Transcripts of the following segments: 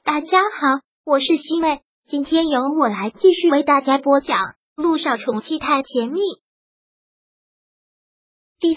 大家好，我是西妹，今天由我来继续为大家播讲《陆少宠妻太甜蜜》第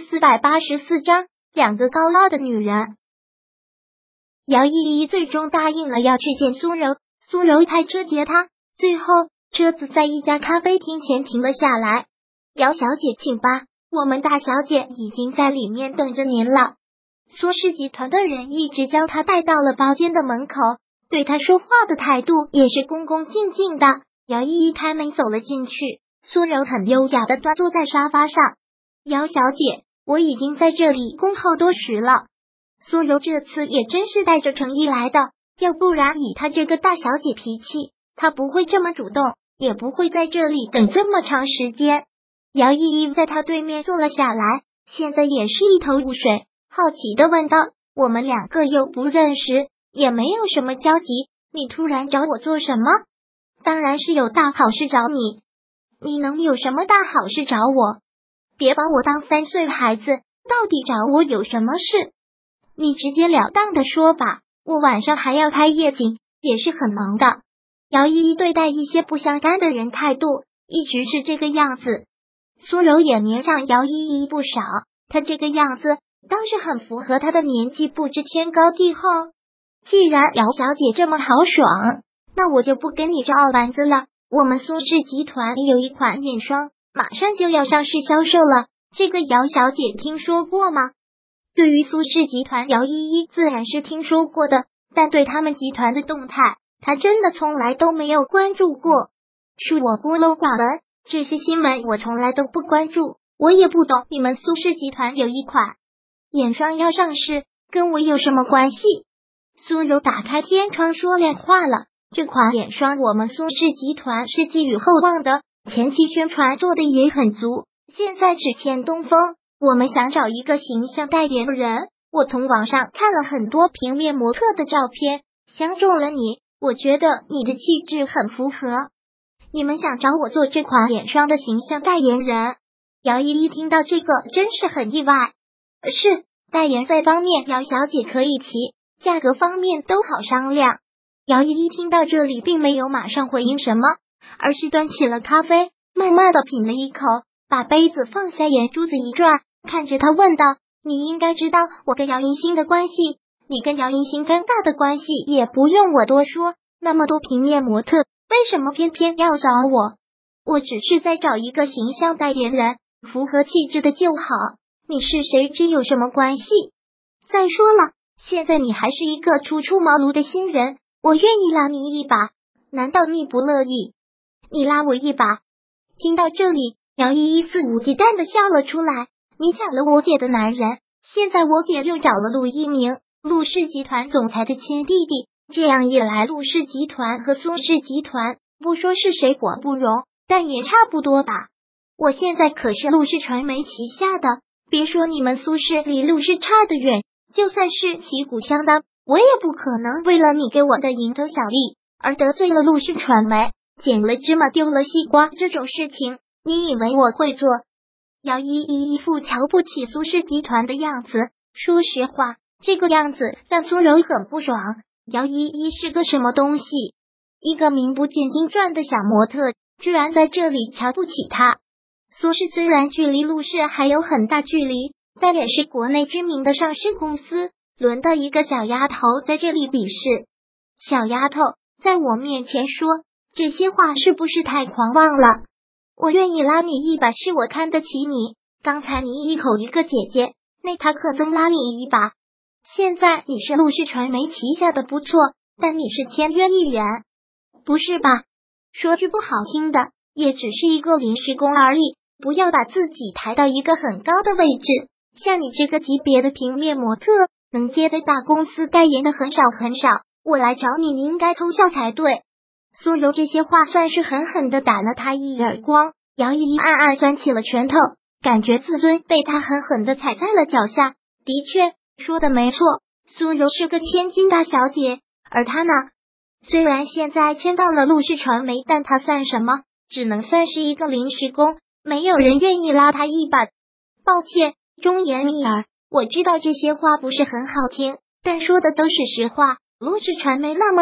484章，两个高傲的女人。姚依依最终答应了要去见苏柔，苏柔派车接她，最后车子在一家咖啡厅前停了下来。姚小姐请吧，我们大小姐已经在里面等着您了。苏氏集团的人一直将她带到了包间的门口，对她说话的态度也是恭恭敬敬的。姚依依开门走了进去，苏柔很优雅的端坐在沙发上。姚小姐，我已经在这里恭候多时了。苏柔这次也真是带着诚意来的，要不然以她这个大小姐脾气，她不会这么主动，也不会在这里等这么长时间。姚依依在她对面坐了下来，现在也是一头雾水，好奇的问道：我们两个又不认识，也没有什么交集，你突然找我做什么？当然是有大好事找你。你能有什么大好事找我？别把我当3岁孩子，到底找我有什么事？你直截了当的说吧，我晚上还要拍夜景，也是很忙的。姚依依对待一些不相干的人态度一直是这个样子。苏柔也年长姚依依不少，她这个样子倒是很符合她的年纪，不知天高地厚。既然姚小姐这么豪爽，那我就不跟你绕弯子了。我们苏氏集团有一款眼霜，马上就要上市销售了，这个姚小姐听说过吗？对于苏氏集团，姚依依自然是听说过的，但对他们集团的动态，她真的从来都没有关注过。恕我孤陋寡闻，这些新闻我从来都不关注，我也不懂你们苏氏集团有一款眼霜要上市，跟我有什么关系？苏柔打开天窗说亮话了，这款眼霜我们苏氏集团是寄予厚望的，前期宣传做的也很足，现在只欠东风。我们想找一个形象代言人，我从网上看了很多平面模特的照片，相中了你，我觉得你的气质很符合。你们想找我做这款眼霜的形象代言人？姚依依听到这个真是很意外。是，代言费方面姚小姐可以提，价格方面都好商量。姚依依听到这里并没有马上回应什么，而是端起了咖啡，慢慢的品了一口，把杯子放下，眼珠子一转，看着他问道：你应该知道我跟姚一星的关系，你跟姚一星尴尬的关系也不用我多说，那么多平面模特，为什么偏偏要找我？我只是在找一个形象代言人，符合气质的就好，你是谁知有什么关系？再说了，现在你还是一个初出茅庐的新人，我愿意拉你一把，难道你不乐意？你拉我一把？听到这里，姚依依肆无忌惮的笑了出来。你抢了我姐的男人，现在我姐又找了陆一鸣，陆氏集团总裁的亲弟弟，这样一来，陆氏集团和苏氏集团不说是水火不容，但也差不多吧。我现在可是陆氏传媒旗下的，别说你们苏氏离陆氏差得远，就算是旗鼓相当，我也不可能为了你给我的蝇头小利而得罪了陆氏传媒，捡了芝麻丢了西瓜这种事情，你以为我会做？姚依依一副瞧不起苏氏集团的样子，说实话，这个样子让苏柔很不爽。姚依依是个什么东西？一个名不见经传的小模特，居然在这里瞧不起她。苏氏虽然距离陆氏还有很大距离，但也是国内知名的上市公司，轮到一个小丫头在这里比试。小丫头，在我面前说这些话是不是太狂妄了？我愿意拉你一把，是我看得起你。刚才你一口一个姐姐，那他可曾拉你一把？现在你是陆氏传媒旗下的不错，但你是签约艺人，不是吧？说句不好听的，也只是一个临时工而已，不要把自己抬到一个很高的位置。像你这个级别的平面模特，能接的大公司代言的很少很少，我来找你，你应该偷笑才对。苏柔这些话算是狠狠的打了他一耳光，姚依依暗暗攥起了拳头，感觉自尊被他狠狠的踩在了脚下。的确，说的没错，苏柔是个千金大小姐，而他呢，虽然现在签到了陆氏传媒，但他算什么？只能算是一个临时工，没有人愿意拉他一把。抱歉，忠言逆耳，我知道这些话不是很好听，但说的都是实话。陆氏传媒那么大，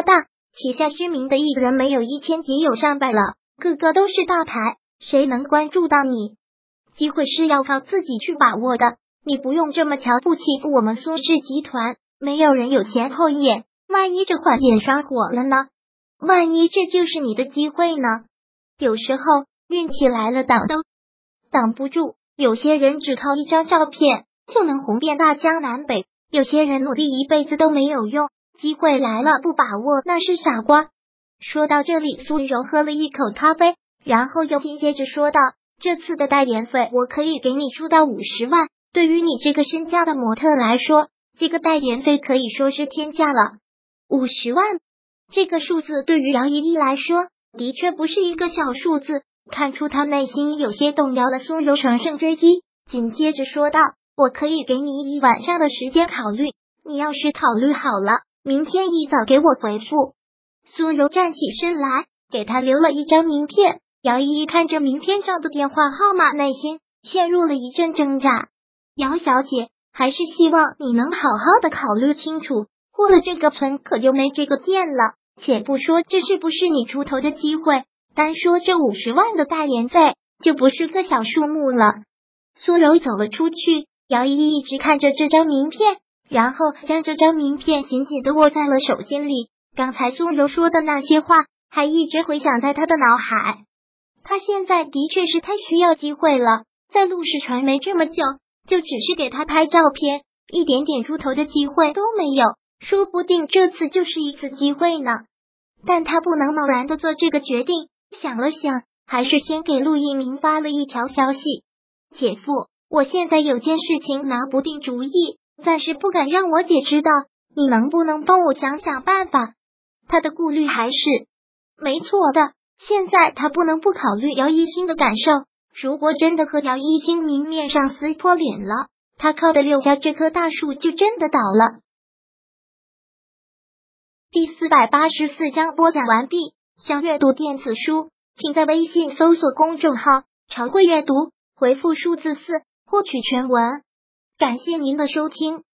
旗下虚名的艺人没有1000也有上百了，个个都是大牌，谁能关注到你？机会是要靠自己去把握的，你不用这么瞧不起我们苏氏集团，没有人有前后眼，万一这款演上火了呢？万一这就是你的机会呢？有时候运气来了挡都挡不住，有些人只靠一张照片就能红遍大江南北，有些人努力一辈子都没有用，机会来了不把握那是傻瓜。说到这里，苏柔喝了一口咖啡，然后又紧接着说道，这次的代言费我可以给你出到50万，对于你这个身价的模特来说，这个代言费可以说是天价了。50万，这个数字对于姚依依来说的确不是一个小数字，看出她内心有些动摇了。苏柔乘胜追击，紧接着说道，我可以给你1晚上的时间考虑，你要是考虑好了，明天一早给我回复。苏柔站起身来，给他留了一张名片。姚依依看着名片上的电话号码，内心陷入了一阵挣扎。姚小姐，还是希望你能好好的考虑清楚，过了这个村可就没这个店了。且不说这是不是你出头的机会，单说这50万的代言费就不是个小数目了。苏柔走了出去，姚依依一直看着这张名片，然后将这张名片紧紧的握在了手心里。刚才苏柔说的那些话还一直回响在他的脑海。他现在的确是太需要机会了，在陆氏传媒这么久，就只是给他拍照片，一点点出头的机会都没有，说不定这次就是一次机会呢。但他不能贸然的做这个决定，想了想，还是先给陆一鸣发了一条消息，姐夫，我现在有件事情拿不定主意，暂时不敢让我姐知道，你能不能帮我想想办法？他的顾虑还是没错的，现在他不能不考虑姚一星的感受，如果真的和姚一星明面上撕破脸了，他靠的6家这棵大树就真的倒了。第484章播讲完毕。想阅读电子书，请在微信搜索公众号常会阅读，回复数字4获取全文。感谢您的收听。